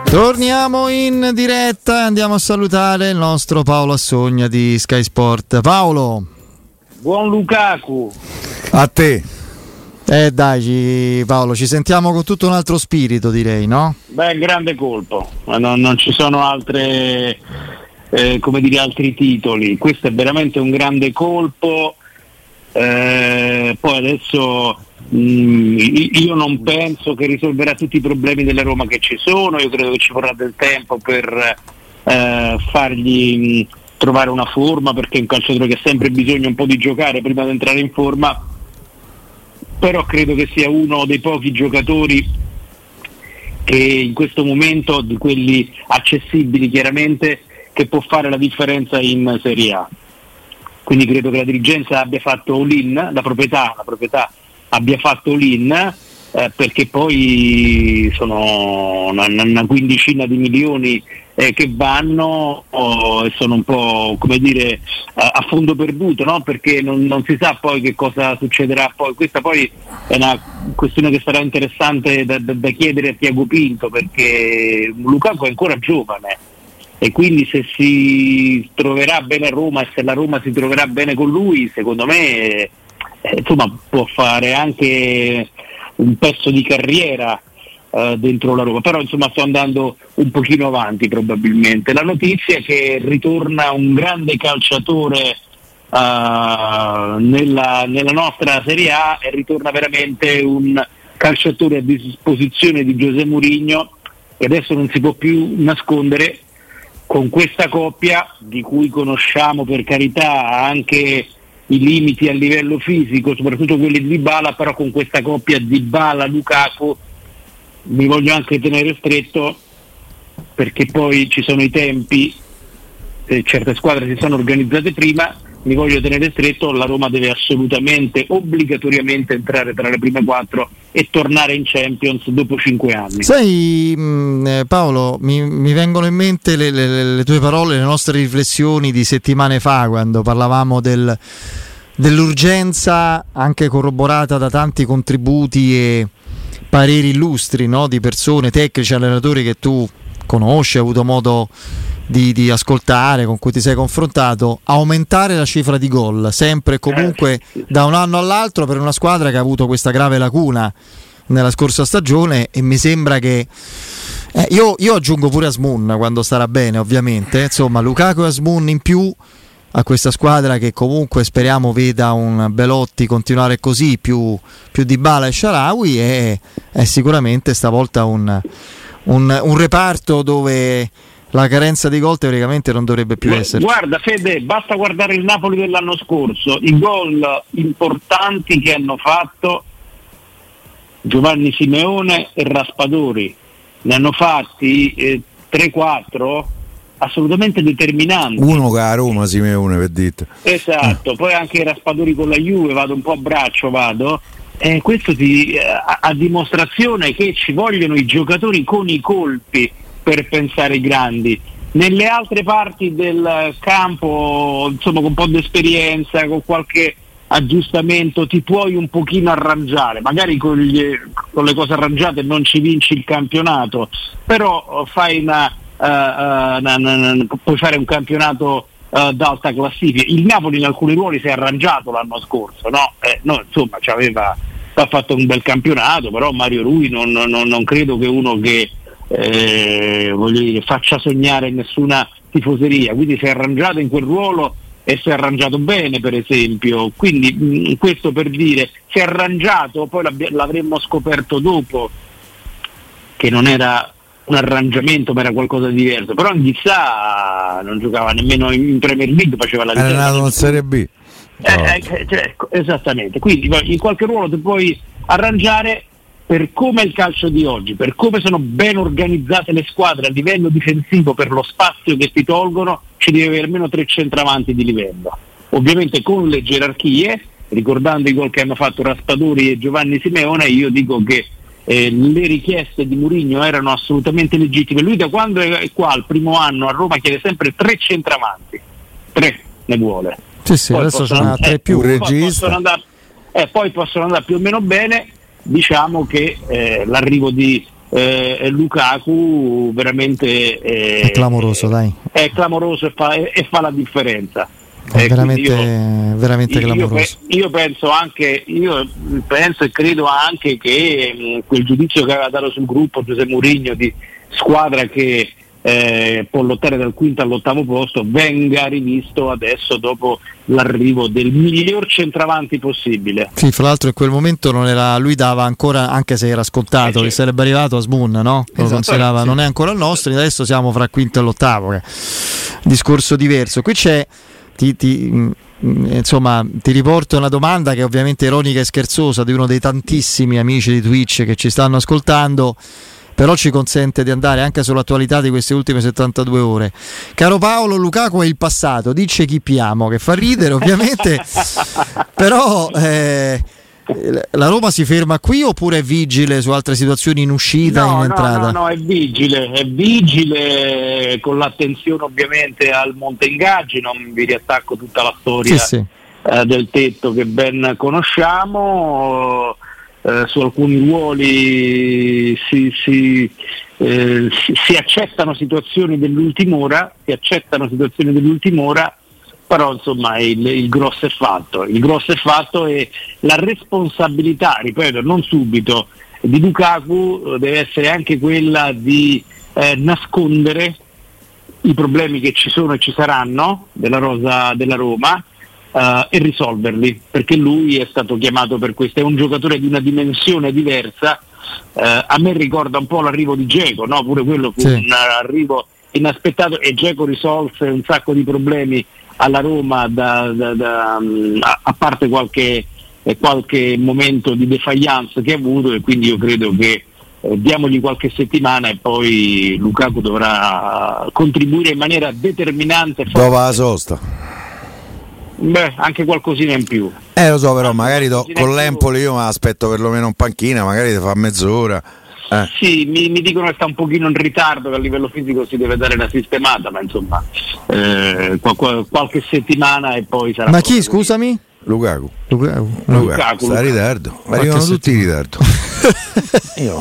Torniamo in diretta e andiamo a salutare il nostro Paolo Assogna di Sky Sport. Paolo. Buon Lukaku. A te. Dai Paolo, ci sentiamo con tutto un altro spirito, direi, no? Beh, grande colpo, ma non ci sono altre altri titoli. Questo è veramente un grande colpo. Poi adesso io non penso che risolverà tutti i problemi della Roma che ci sono. Io credo che ci vorrà del tempo per fargli trovare una forma, perché è un calciatore che ha sempre bisogno un po' di giocare prima di entrare in forma, però credo che sia uno dei pochi giocatori che in questo momento, di quelli accessibili chiaramente, che può fare la differenza in Serie A. Quindi credo che la dirigenza abbia fatto all-in, la proprietà abbia fatto all-in, perché poi sono una quindicina di milioni che vanno e sono un po', come dire, a fondo perduto, no? Perché non si sa poi che cosa succederà poi. Questa poi è una questione che sarà interessante da chiedere a Tiago Pinto, perché Lukaku è ancora giovane e quindi se si troverà bene a Roma e se la Roma si troverà bene con lui, secondo me insomma può fare anche un pezzo di carriera dentro la Roma. Però insomma sto andando un pochino avanti probabilmente. La notizia è che ritorna un grande calciatore nella nostra Serie A, e ritorna veramente un calciatore a disposizione di José Mourinho, e adesso non si può più nascondere con questa coppia, di cui conosciamo per carità anche i limiti a livello fisico, soprattutto quelli di Dybala, però con questa coppia Dybala-Lukaku mi voglio anche tenere stretto, perché poi ci sono i tempi, certe squadre si sono organizzate prima, mi voglio tenere stretto. La Roma deve assolutamente, obbligatoriamente entrare tra le prime 4 e tornare in Champions dopo 5 anni. Sai Paolo, mi vengono in mente le tue parole, le nostre riflessioni di settimane fa, quando parlavamo dell'urgenza, anche corroborata da tanti contributi e pareri illustri, no? Di persone, tecnici, allenatori che tu conosci, hai avuto modo di ascoltare, con cui ti sei confrontato, aumentare la cifra di gol sempre e comunque da un anno all'altro, per una squadra che ha avuto questa grave lacuna nella scorsa stagione. E mi sembra che io aggiungo pure Asmun quando starà bene, ovviamente, insomma Lukaku e Asmun in più a questa squadra, che comunque speriamo veda un Belotti continuare così, più Dybala e Shaarawy, è sicuramente stavolta un reparto dove la carenza di gol teoricamente non dovrebbe più essere. Guarda Fede, basta guardare il Napoli dell'anno scorso, i gol importanti che hanno fatto Giovanni Simeone e Raspadori, ne hanno fatti 3-4 assolutamente determinanti. Uno che a Roma Simeone, per dite. Esatto, poi anche Raspadori con la Juve, vado un po' a braccio, questo a dimostrazione che ci vogliono i giocatori con i colpi per pensare ai grandi. Nelle altre parti del campo, insomma, con un po' di esperienza, con qualche aggiustamento ti puoi un pochino arrangiare, magari con le cose arrangiate non ci vinci il campionato, però puoi fare un campionato d'alta classifica. Il Napoli in alcuni ruoli si è arrangiato l'anno scorso, no, insomma ha fatto un bel campionato, però Mario Rui non credo che uno che voglio dire, faccia sognare nessuna tifoseria, quindi si è arrangiato in quel ruolo e si è arrangiato bene, per esempio. Quindi questo per dire, si è arrangiato, poi l'avremmo scoperto dopo che non era un arrangiamento, ma era qualcosa di diverso. Però in chissà non giocava nemmeno in Premier League, faceva la riserva. Era nato in Serie B. Esattamente, quindi in qualche ruolo ti puoi arrangiare. Per come è il calcio di oggi, per come sono ben organizzate le squadre a livello difensivo, per lo spazio che ti tolgono, ci devi avere almeno 3 centravanti di livello, ovviamente con le gerarchie, ricordando i gol che hanno fatto Raspadori e Giovanni Simeone. Io dico che le richieste di Mourinho erano assolutamente legittime. Lui da quando è qua il primo anno a Roma chiede sempre 3 centravanti, 3 ne vuole. Sì, poi adesso ce n'ha 3 più, poi possono andare più o meno bene. Diciamo che l'arrivo di Lukaku veramente è clamoroso, dai. È clamoroso e fa la differenza. È veramente clamoroso. Io penso e credo anche che quel giudizio che aveva dato sul gruppo Giuseppe Mourinho di squadra che può lottare dal quinto all'8° posto venga rivisto adesso dopo l'arrivo del miglior centravanti possibile. Sì, fra l'altro in quel momento non era, lui dava ancora, anche se era scontato che sarebbe arrivato a Sboon, no? Lo considerava, non è ancora il nostro, adesso siamo fra il quinto e l'8°, che è un discorso diverso. Qui c'è insomma, ti riporto una domanda che è ovviamente ironica e scherzosa di uno dei tantissimi amici di Twitch che ci stanno ascoltando, però ci consente di andare anche sull'attualità di queste ultime 72 ore. Caro Paolo, Lukaku è il passato, dice chi piamo, che fa ridere ovviamente, però la Roma si ferma qui oppure è vigile su altre situazioni in uscita e in entrata? No, è vigile con l'attenzione ovviamente al monte ingaggi, non vi riattacco tutta la storia del tetto che ben conosciamo. Su alcuni ruoli si accettano situazioni dell'ultima ora, però insomma il grosso è fatto. Il grosso è fatto e la responsabilità, ripeto, non subito, di Lukaku deve essere anche quella di nascondere i problemi che ci sono e ci saranno della rosa della Roma. E risolverli, perché lui è stato chiamato per questo, è un giocatore di una dimensione diversa. A me ricorda un po' l'arrivo di Dzeko, no? Pure quello fu un arrivo inaspettato e Dzeko risolse un sacco di problemi alla Roma a parte qualche momento di defiance che ha avuto, e quindi io credo che diamogli qualche settimana e poi Lukaku dovrà contribuire in maniera determinante. Dopo la sosta. Anche qualcosina in più. Lo so, però magari con l'Empoli io mi aspetto perlomeno in panchina, magari ti fa mezz'ora. Sì, mi dicono che sta un pochino in ritardo, che a livello fisico si deve dare una sistemata, ma insomma qualche settimana e poi sarà. Ma chi, scusami? Lukaku. Sta in ritardo, arrivano tutti in ritardo. Io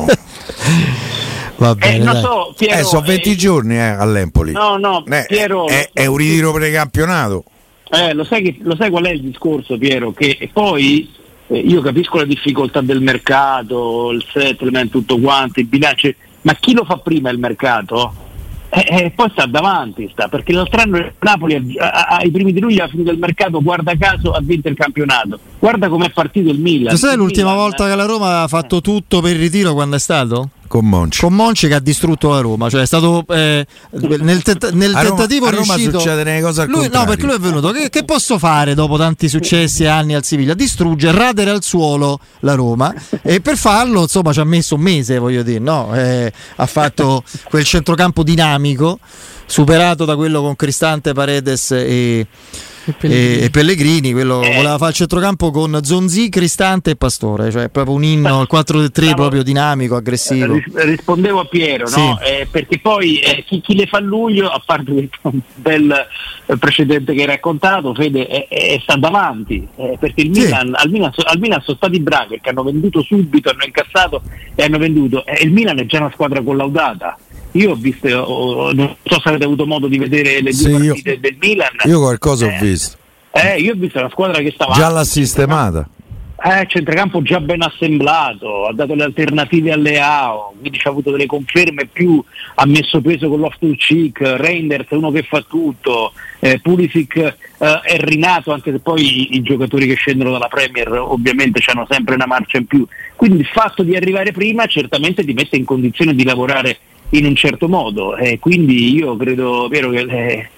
va bene, Piero, sono 20 giorni all'Empoli. No, Piero, è un ritiro precampionato. Lo sai qual è il discorso, Piero? Che poi io capisco la difficoltà del mercato, il settlement, tutto quanto, il bilancio, ma chi lo fa prima il mercato? Poi sta davanti, perché l'altro anno il Napoli ai primi di luglio, alla fine del mercato, guarda caso, ha vinto il campionato. Guarda com'è partito il Milan. Tu sai l'ultima volta che la Roma ha fatto tutto per il ritiro quando è stato? Con Monchi che ha distrutto la Roma, cioè è stato nel tentativo a Roma riuscito. Succede delle cose al contrario. No, perché lui è venuto. Che posso fare dopo tanti successi e anni al Siviglia? Distrugge, radere al suolo la Roma, e per farlo insomma ci ha messo un mese, voglio dire, no? Ha fatto quel centrocampo dinamico, superato da quello con Cristante, Paredes e Pellegrini. Quello voleva fare il centrocampo con Zonzi, Cristante e Pastore, cioè proprio un inno, il 4-3 proprio dinamico, aggressivo. Rispondevo a Piero, sì. No? Perché poi chi le fa a luglio, a parte un bel precedente che hai raccontato, Fede, sta davanti, perché il Milan, al Milan sono stati bravi perché hanno venduto subito, hanno incassato e hanno venduto, il Milan è già una squadra collaudata. Io ho visto, non so se avete avuto modo di vedere le due partite del Milan. Io qualcosa ho visto. Io ho visto una squadra che stava già l'ha sistemata. Centrocampo già ben assemblato, ha dato le alternative alle AO, quindi ci ha avuto delle conferme, più ha messo peso con Loftus-Cheek, Reinders uno che fa tutto, Pulisic è rinato, anche se poi i giocatori che scendono dalla Premier ovviamente hanno sempre una marcia in più, quindi il fatto di arrivare prima certamente ti mette in condizione di lavorare in un certo modo, quindi io credo, vero, che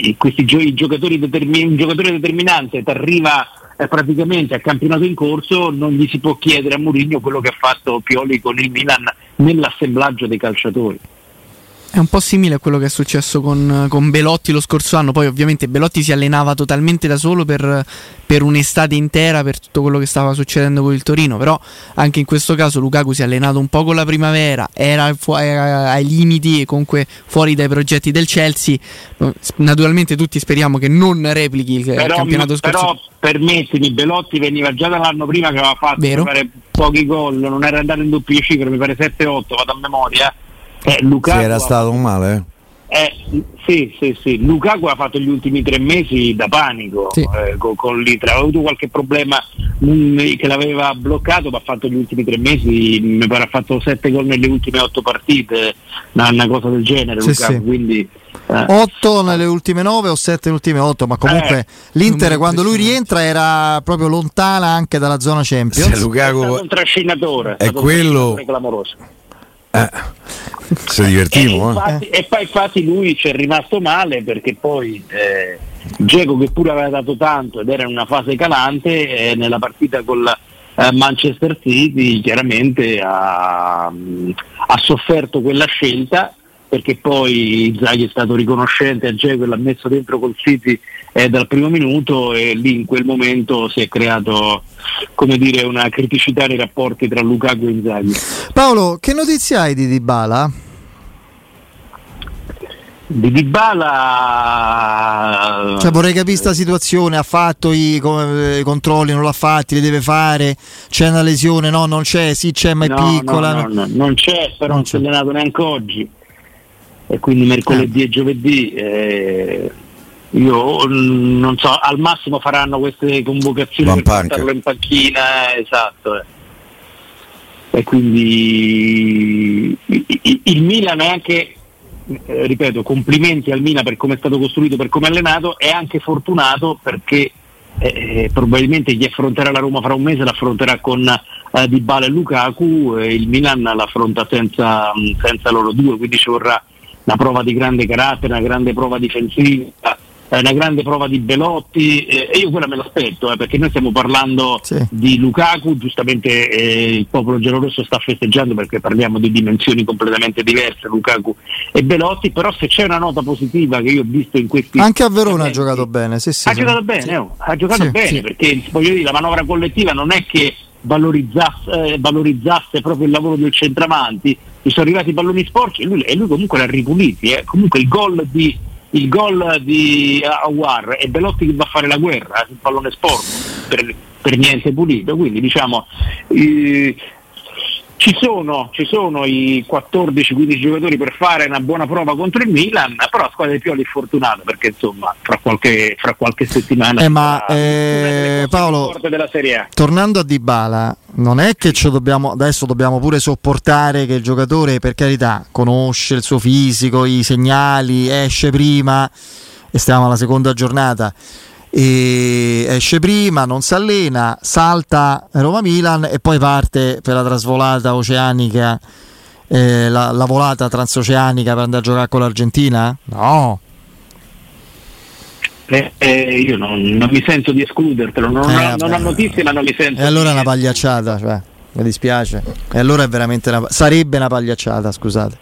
i giocatori un giocatore determinante ti arriva praticamente a campionato in corso, non gli si può chiedere a Mourinho quello che ha fatto Pioli con il Milan nell'assemblaggio dei calciatori. È un po' simile a quello che è successo con Belotti lo scorso anno. Poi ovviamente Belotti si allenava totalmente da solo per un'estate intera, per tutto quello che stava succedendo con il Torino. Però anche in questo caso Lukaku si è allenato un po' con la primavera, era ai limiti e comunque fuori dai progetti del Chelsea. Naturalmente tutti speriamo che non replichi il campionato scorso. Però permettimi, Belotti veniva già dall'anno prima che aveva fatto fare pochi gol, non era andato in doppie cifre, mi pare 7-8, vado a memoria. Lukaku era stato un male? Sì. Lukaku ha fatto gli ultimi 3 mesi da panico, sì. Con l'Inter. Aveva avuto qualche problema che l'aveva bloccato, ma ha fatto gli ultimi 3 mesi, mi pare ha fatto 7 gol nelle ultime 8 partite, una cosa del genere, sì, Lukaku, sì. Quindi 8 nelle ultime 9 o 7 nelle ultime 8, ma comunque l'Inter quando lui rientra era proprio lontana anche dalla zona Champions. Lukaku è stato un trascinatore, è quello clamoroso. Si divertivo, e poi infatti lui ci è rimasto male, perché poi Dzeko, che pure aveva dato tanto ed era in una fase calante, nella partita con la Manchester City chiaramente ha sofferto quella scelta, perché poi Inzaghi è stato riconoscente a Dzeko e l'ha messo dentro col City dal primo minuto, e lì in quel momento si è creato, come dire, una criticità nei rapporti tra Lukaku e Inzaghi. Paolo, che notizie hai di Dybala? Di Dybala, cioè vorrei capire questa situazione. Ha fatto i controlli, non l'ha fatti, li deve fare, c'è una lesione, no, non c'è, sì c'è ma è piccola, no, non c'è, però non si è allenato neanche oggi, e quindi mercoledì e giovedì io non so, al massimo faranno queste convocazioni per portarlo in panchina, esatto, e quindi il Milan è anche, ripeto, complimenti al Milan per come è stato costruito, per come è allenato, è anche fortunato perché probabilmente chi affronterà la Roma fra un mese l'affronterà con Dybala e Lukaku, e il Milan l'affronta senza loro due, quindi ci vorrà una prova di grande carattere, una grande prova difensiva, una grande prova di Belotti, e io quella me l'aspetto, perché noi stiamo parlando di Lukaku, giustamente il popolo giallorosso sta festeggiando perché parliamo di dimensioni completamente diverse, Lukaku e Belotti, però se c'è una nota positiva che io ho visto in questi anche a Verona ha giocato bene, ha giocato bene, ha giocato bene, perché voglio dire, la manovra collettiva non è che valorizzasse proprio il lavoro del centravanti, gli sono arrivati i palloni sporchi e lui comunque li ha ripuliti, comunque il gol di Aouar e Belotti che va a fare la guerra sul pallone sporco, per niente pulito, quindi diciamo ci sono i 14-15 giocatori per fare una buona prova contro il Milan, però la squadra di Pioli è fortunata, perché insomma fra qualche settimana Paolo, della Serie A. Tornando a Dybala, non è che adesso dobbiamo pure sopportare che il giocatore, per carità, conosce il suo fisico, i segnali, esce prima, e stiamo alla seconda giornata, e esce prima, non si allena, salta Roma-Milan e poi parte per la trasvolata oceanica, la volata transoceanica per andare a giocare con l'Argentina? No. Io non mi sento di escludertelo, non ho notizie, ma non mi sento. E allora è una pagliacciata, cioè, mi dispiace. E allora è veramente sarebbe una pagliacciata, scusate.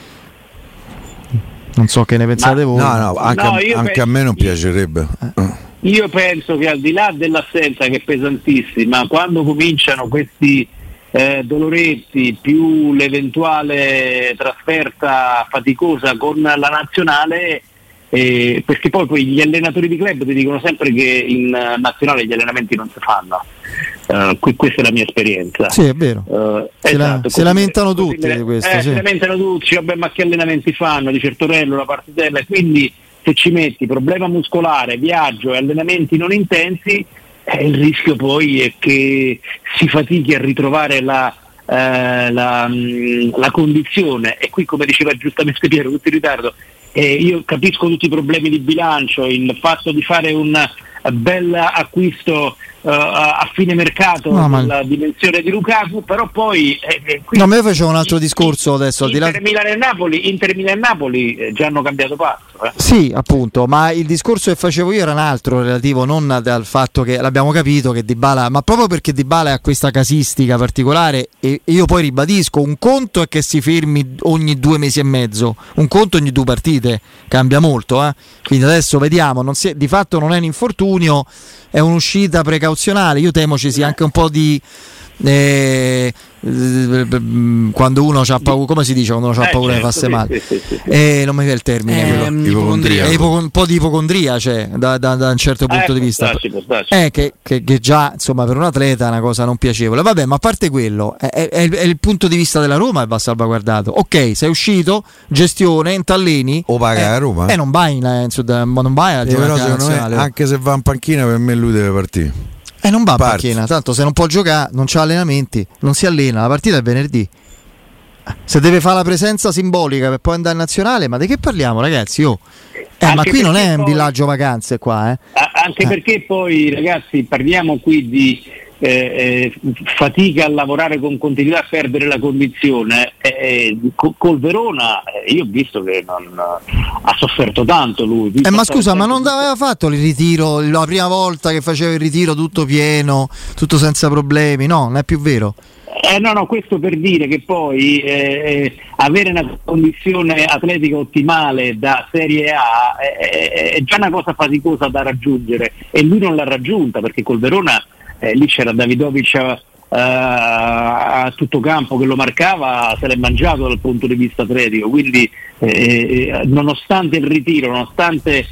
Non so che ne pensate voi. Anche a me non piacerebbe. Io penso che al di là dell'assenza, che è pesantissima, quando cominciano questi doloretti più l'eventuale trasferta faticosa con la nazionale, perché poi gli allenatori di club ti dicono sempre che in nazionale gli allenamenti non si fanno, questa è la mia esperienza. Sì, è vero, si lamentano tutti di questo, si lamentano tutti, vabbè, ma che allenamenti fanno, di Certorello, la partitella, e quindi se ci metti problema muscolare, viaggio e allenamenti non intensi, il rischio poi è che si fatichi a ritrovare la condizione, e qui, come diceva giustamente Piero, tutto in ritardo. Io capisco tutti i problemi di bilancio, il fatto di fare un bel acquisto a fine mercato nella dimensione di Lukaku, però poi ma io facevo un altro discorso adesso, al di là Inter Milan e Napoli già hanno cambiato passo. Sì, appunto, ma il discorso che facevo io era un altro, relativo non al fatto che l'abbiamo capito che Dybala, ma proprio perché Dybala ha questa casistica particolare, e io poi ribadisco, un conto è che si fermi ogni 2 mesi e mezzo, un conto ogni 2 partite, cambia molto, quindi adesso vediamo, di fatto non è un infortunio, è un'uscita precauzionale, io temo ci sia anche un po' di quando uno ha paura, come si dice quando uno ha paura che fasse male, sì. Non mi viene il termine, ipocondria. Un po' di ipocondria c'è da un certo punto di vista, che già insomma per un atleta è una cosa non piacevole. Vabbè, ma a parte quello è il punto di vista della Roma, e va salvaguardato. Ok, sei uscito, gestione, intalleni o paga a Roma, non vai non vai a giocare, però secondo me, anche se va in panchina, per me lui deve partire. Non va a panchina, tanto se non può giocare, non c'ha allenamenti, non si allena, la partita è venerdì. Se deve fare la presenza simbolica per poi andare in nazionale, ma di che parliamo, ragazzi? Ma qui non è un villaggio vacanze qua, Anche perché poi, ragazzi, parliamo qui di fatica a lavorare con continuità, a perdere la condizione. Col Verona io ho visto che ha sofferto tanto lui. Ma scusa, ma non aveva fatto il ritiro la prima volta che faceva il ritiro tutto pieno, tutto senza problemi? No, non è più vero. No, questo per dire che poi avere una condizione atletica ottimale da Serie A è già una cosa faticosa da raggiungere, e lui non l'ha raggiunta, perché col Verona lì c'era Davidovic a tutto campo che lo marcava, se l'è mangiato dal punto di vista atletico, quindi nonostante il ritiro, nonostante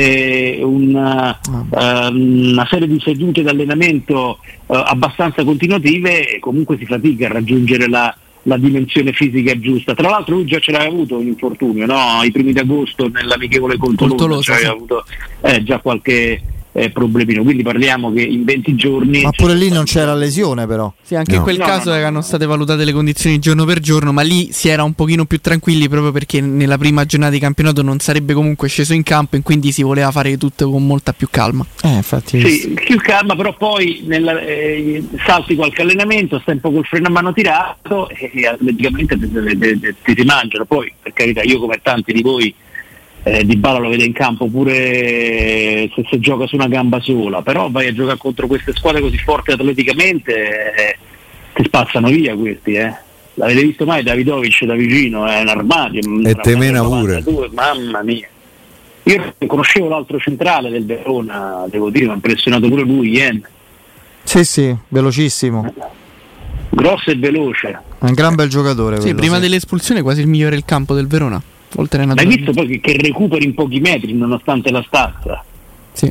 una serie di sedute d'allenamento abbastanza continuative, comunque si fatica a raggiungere la dimensione fisica giusta. Tra l'altro lui già ce l'aveva avuto un infortunio, no? I primi d'agosto nell'amichevole con Tolosa aveva avuto già qualche problemino, quindi parliamo che in 20 giorni. Ma pure lì non c'era lesione, però. Sì, anche in quel caso erano state valutate le condizioni giorno per giorno, ma lì si era un pochino più tranquilli, proprio perché nella prima giornata di campionato non sarebbe comunque sceso in campo, e quindi si voleva fare tutto con molta più calma. Infatti. Sì, più calma, però poi salti qualche allenamento, stai un po' col freno a mano tirato e atleticamente ti mangiano. Poi, per carità, io come tanti di voi Dybala lo vede in campo pure se gioca su una gamba sola, però vai a giocare contro queste squadre così forti atleticamente, ti spazzano via questi, L'avete visto mai Davidovic da vicino? È un armadio, e te mena pure, mamma mia. Io conoscevo l'altro centrale del Verona, devo dire, mi ha impressionato pure lui, Sì, velocissimo, grosso e veloce, è un gran bel giocatore. Sì, prima dell'espulsione quasi il migliore del campo del Verona. Hai visto poi che recuperi in pochi metri nonostante la stazza? Sì.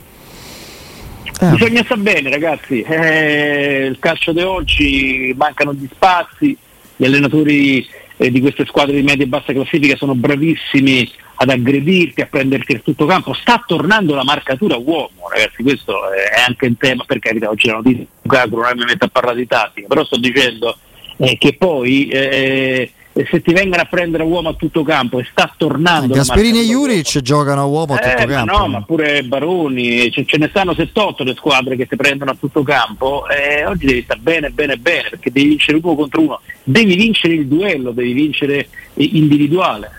Bisogna stare bene, ragazzi. Il calcio di oggi mancano di spazi, gli allenatori di queste squadre di media e bassa classifica sono bravissimi ad aggredirti, a prenderti il tutto campo. Sta tornando la marcatura uomo, ragazzi, questo è anche un tema, per carità, oggi la notizia non mi metto a parlare di tattica, però sto dicendo che poi se ti vengono a prendere uomo a tutto campo, e sta tornando Gasperini e Juric giocano a uomo a tutto campo. No, ma pure Baroni, ce ne stanno 7-8 le squadre che ti prendono a tutto campo, oggi devi stare bene, perché devi vincere uno contro uno, devi vincere il duello, devi vincere individuale.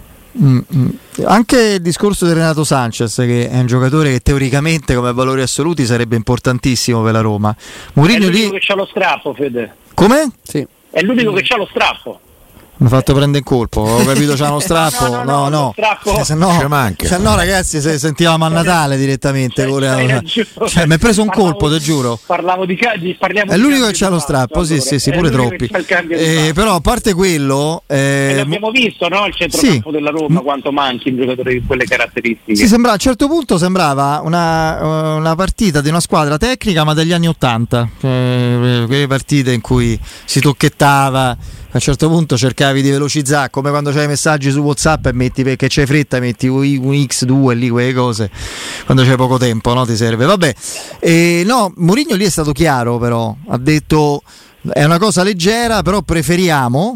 Anche il discorso di Renato Sanchez, che è un giocatore che teoricamente come valori assoluti sarebbe importantissimo per la Roma. Mourinho è l'unico che c'ha lo strappo, Fede. Come? Sì. È l'unico che c'ha lo strappo. Mi ha fatto prendere in colpo, ho capito, c'ha uno strappo. No. Se no, ragazzi, se sentivamo a Natale direttamente. Mi ha preso un colpo, te giuro. Parliamo è l'unico che c'ha lo strappo, sì, pure troppi. Però a parte quello, l'abbiamo visto, no? Il centrocampo della Roma, quanto manchi un giocatore di quelle caratteristiche. Sì, a un certo punto sembrava una partita di una squadra tecnica, ma degli anni '80, quelle partite in cui si tocchettava. A un certo punto cercavi di velocizzare, come quando c'hai i messaggi su WhatsApp e metti, perché c'hai fretta, metti un X2 lì, quelle cose, quando c'hai poco tempo, no? Ti serve. Vabbè, no, Mourinho lì è stato chiaro, però ha detto è una cosa leggera, però preferiamo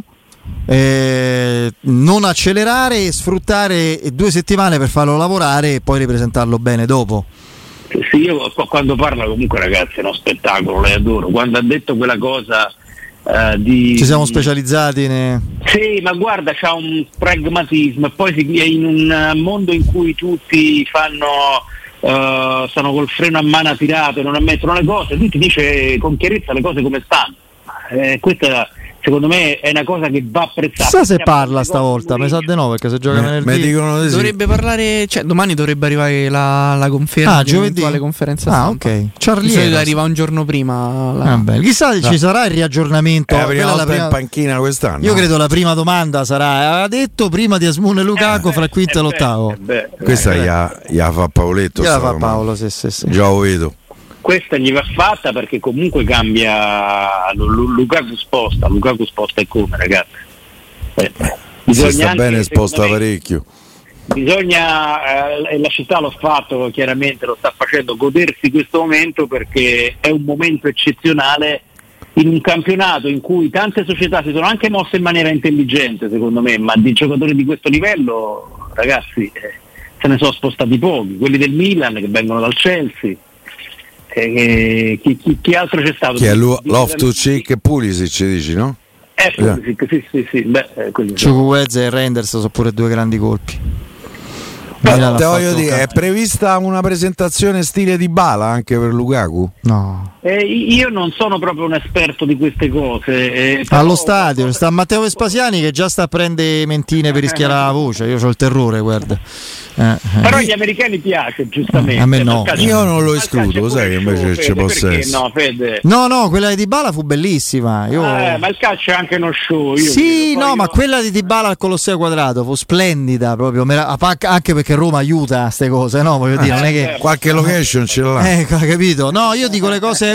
non accelerare e sfruttare 2 settimane per farlo lavorare e poi ripresentarlo bene dopo. Sì, io quando parlo comunque, ragazzi, è uno spettacolo, le adoro. Quando ha detto quella cosa ci siamo specializzati Sì, ma guarda, c'ha un pragmatismo, e poi in un mondo in cui tutti stanno col freno a mano tirato e non ammettono le cose, lui ti dice con chiarezza le cose come stanno. Questa secondo me è una cosa che va apprezzata. Chissà se parla stavolta, mi sa di no, perché se gioca venerdì dovrebbe parlare, cioè domani dovrebbe arrivare la conferenza, giovedì, conferenza stampa. Ok. Charlie di solito arriva un giorno prima chissà ci sarà il riaggiornamento. La prima volta in panchina quest'anno. Io credo la prima domanda sarà: ha detto prima di Asmun e Lukaku fra il quinto e l'ottavo. Questa gli fa Paoletto, gliela fa Paolo, sì. Già lo vedo. Questa gli va fatta perché comunque cambia. Lukaku sposta e come, ragazzi? Se sta bene sposta parecchio. Bisogna, e la città l'ha fatto, chiaramente lo sta facendo, godersi questo momento, perché è un momento eccezionale in un campionato in cui tante società si sono anche mosse in maniera intelligente, secondo me, ma di giocatori di questo livello, ragazzi, se ne sono spostati pochi, quelli del Milan che vengono dal Chelsea. Chi altro c'è stato? Chi è Loftus-Cheek e Pulisic, dici, no? Pulisic, sì. Chukwueze e Reinders sono pure due grandi colpi. Te voglio dire, è prevista una presentazione stile Dybala anche per Lukaku? No. Io non sono proprio un esperto di queste cose. Allo stadio sta Matteo Vespasiani che già sta a prendere mentine per rischiare la voce. Io ho il terrore, guarda. Però agli americani piace, giustamente. A me no. Io non lo escludo, sai che invece ci possa essere. No, Fede? No, quella di Dybala fu bellissima. Ma il calcio è anche uno show. Ma quella di Dybala al Colosseo Quadrato fu splendida proprio, anche perché Roma aiuta queste cose, no? Voglio dire, non è che qualche location ce l'ha. Capito? No, io dico le cose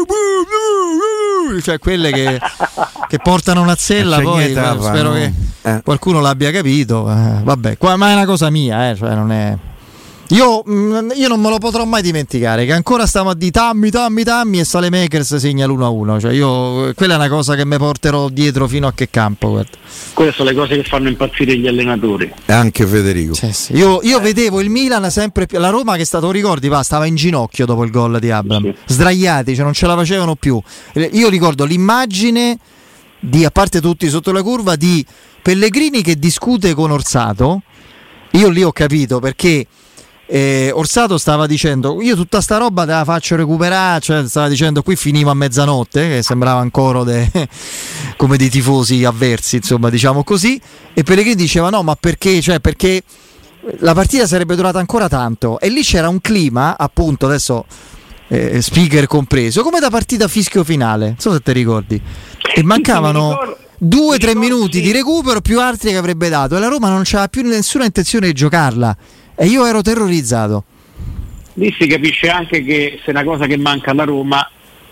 cioè quelle che portano una zella, poi spero che qualcuno l'abbia capito. Vabbè, ma è una cosa mia, cioè non è. Io non me lo potrò mai dimenticare che ancora stiamo a di Tammy e Saelemaekers segna l'1-1, cioè quella è una cosa che mi porterò dietro fino a che campo, guarda. Queste sono le cose che fanno impazzire gli allenatori. E anche Federico. Sì. Io vedevo il Milan sempre più, la Roma che è stato, ricordi, stava in ginocchio dopo il gol di Abraham, sdraiati, cioè non ce la facevano più. Io ricordo l'immagine a parte tutti sotto la curva, di Pellegrini che discute con Orsato. Io lì ho capito perché Orsato stava dicendo: io tutta sta roba te la faccio recuperare, cioè stava dicendo qui finivo a mezzanotte, che sembrava un coro come dei tifosi avversi, insomma, diciamo così, e Pellegrini diceva no, ma perché? Cioè perché la partita sarebbe durata ancora tanto, e lì c'era un clima, appunto, adesso speaker compreso, come da partita fischio finale, non so se ti ricordi, e mancavano 2-3 minuti di recupero più altri che avrebbe dato, e la Roma non c'aveva più nessuna intenzione di giocarla. E io ero terrorizzato. Lì si capisce anche che se è una cosa che manca alla Roma,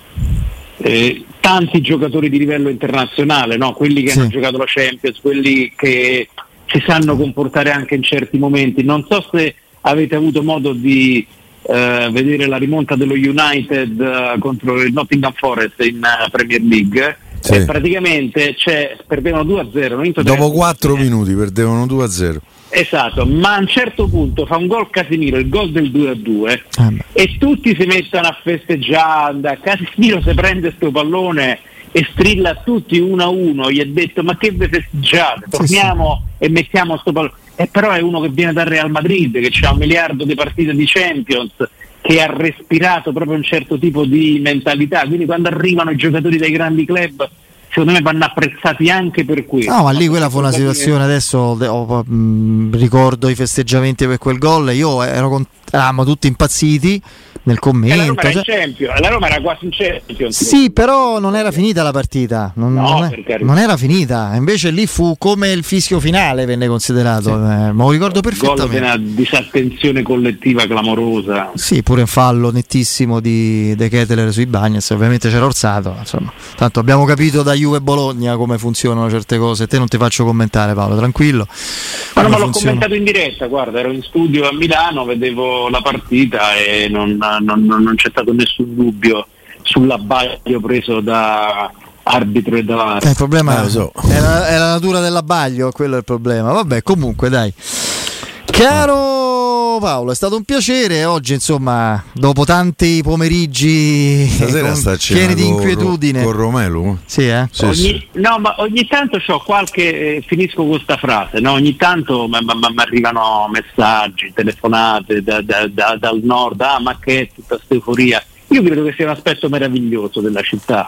tanti giocatori di livello internazionale, no? Quelli che hanno giocato la Champions, quelli che si sanno comportare anche in certi momenti. Non so se avete avuto modo di vedere la rimonta dello United contro il Nottingham Forest in Premier League. Praticamente perdevano 2-0 dopo 4 minuti, perdevano 2-0. Esatto, ma a un certo punto fa un gol Casemiro, il gol del 2-2, e tutti si mettono a festeggiare. Casemiro si prende sto pallone e strilla a tutti 1-1, gli ha detto ma che vi festeggiate, torniamo e mettiamo sto pallone. E però è uno che viene dal Real Madrid, che ha 1 miliardo di partite di Champions, che ha respirato proprio un certo tipo di mentalità, quindi quando arrivano i giocatori dei grandi club secondo me vanno apprezzati anche per questo. No, ma lì quella fu una situazione, adesso ricordo i festeggiamenti per quel gol, eravamo tutti impazziti nel commento. La Roma era quasi in Champions. Sì, però non era finita la partita, non era finita, invece lì fu come il fischio finale venne considerato, ma lo ricordo perfettamente. Gol di una disattenzione collettiva clamorosa. Sì, pure un fallo nettissimo di De Ketelaere sui Bagnets, ovviamente c'era Orsato, insomma. Tanto abbiamo capito da Juve Bologna come funzionano certe cose, te non ti faccio commentare, Paolo, tranquillo. Ma l'ho commentato in diretta, guarda, ero in studio a Milano, vedevo la partita e non c'è stato nessun dubbio sull'abbaglio preso da arbitro e da il problema è la natura dell'abbaglio, quello è il problema. Vabbè, comunque dai, caro Paolo, è stato un piacere. Oggi insomma, dopo tanti pomeriggi pieni di inquietudine con Romelu. Sì, sì. No, ma ogni tanto c'ho qualche finisco con sta frase, no? Ogni tanto mi arrivano messaggi, telefonate dal nord, ma che è tutta questa euforia. Io credo che sia un aspetto meraviglioso della città.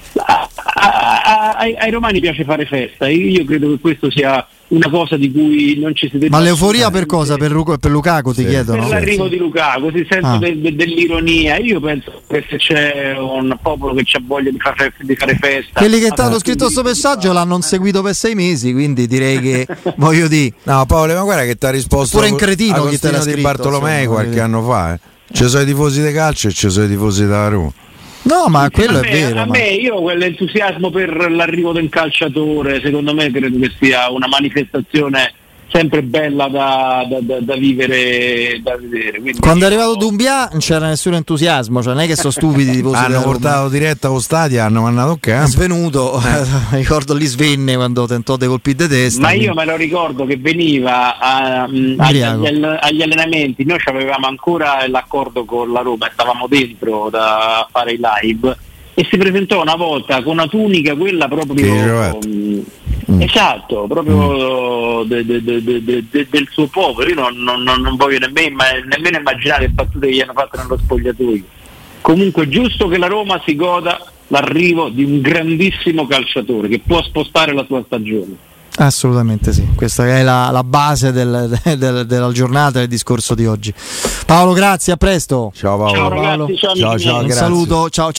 Ai romani piace fare festa, io credo che questo sia una cosa di cui non ci si deve. Ma l'euforia per cosa? Per Lukaku ti chiedono? Per l'arrivo di Lukaku, si sente dell'ironia. Io penso che se c'è un popolo che ha voglia di fare festa, quelli che ti hanno scritto questo messaggio l'hanno seguito per 6 mesi, quindi direi che voglio dire. No, Paolo, ma guarda che ti ha risposto pure in cretino chi te l'ha scritto, di Bartolomei qualche anno fa. Ci sono i tifosi di calcio e ci sono i tifosi della Roma. No, ma quello è vero. A me io quell'entusiasmo per l'arrivo del calciatore, secondo me credo che sia una manifestazione sempre bella da vivere, da vedere. Quindi quando è arrivato Doumbia non c'era nessun entusiasmo, cioè non è che sono stupidi. Hanno portato diretta allo stadio, hanno mandato un campo. È svenuto, ricordo lì svenne quando tentò dei colpi di testa. Ma io me lo ricordo che veniva agli allenamenti, noi avevamo ancora l'accordo con la Roma, stavamo dentro da fare i live e si presentò una volta con una tunica, quella proprio esatto, proprio del suo popolo. Io non voglio nemmeno immaginare le battute che gli hanno fatto nello spogliatoio. Comunque è giusto che la Roma si goda l'arrivo di un grandissimo calciatore che può spostare la sua stagione. Assolutamente sì, questa è la base della giornata, del discorso di oggi. Paolo, grazie, a presto. Ciao Paolo. Ciao ragazzi, ciao, un saluto, ciao.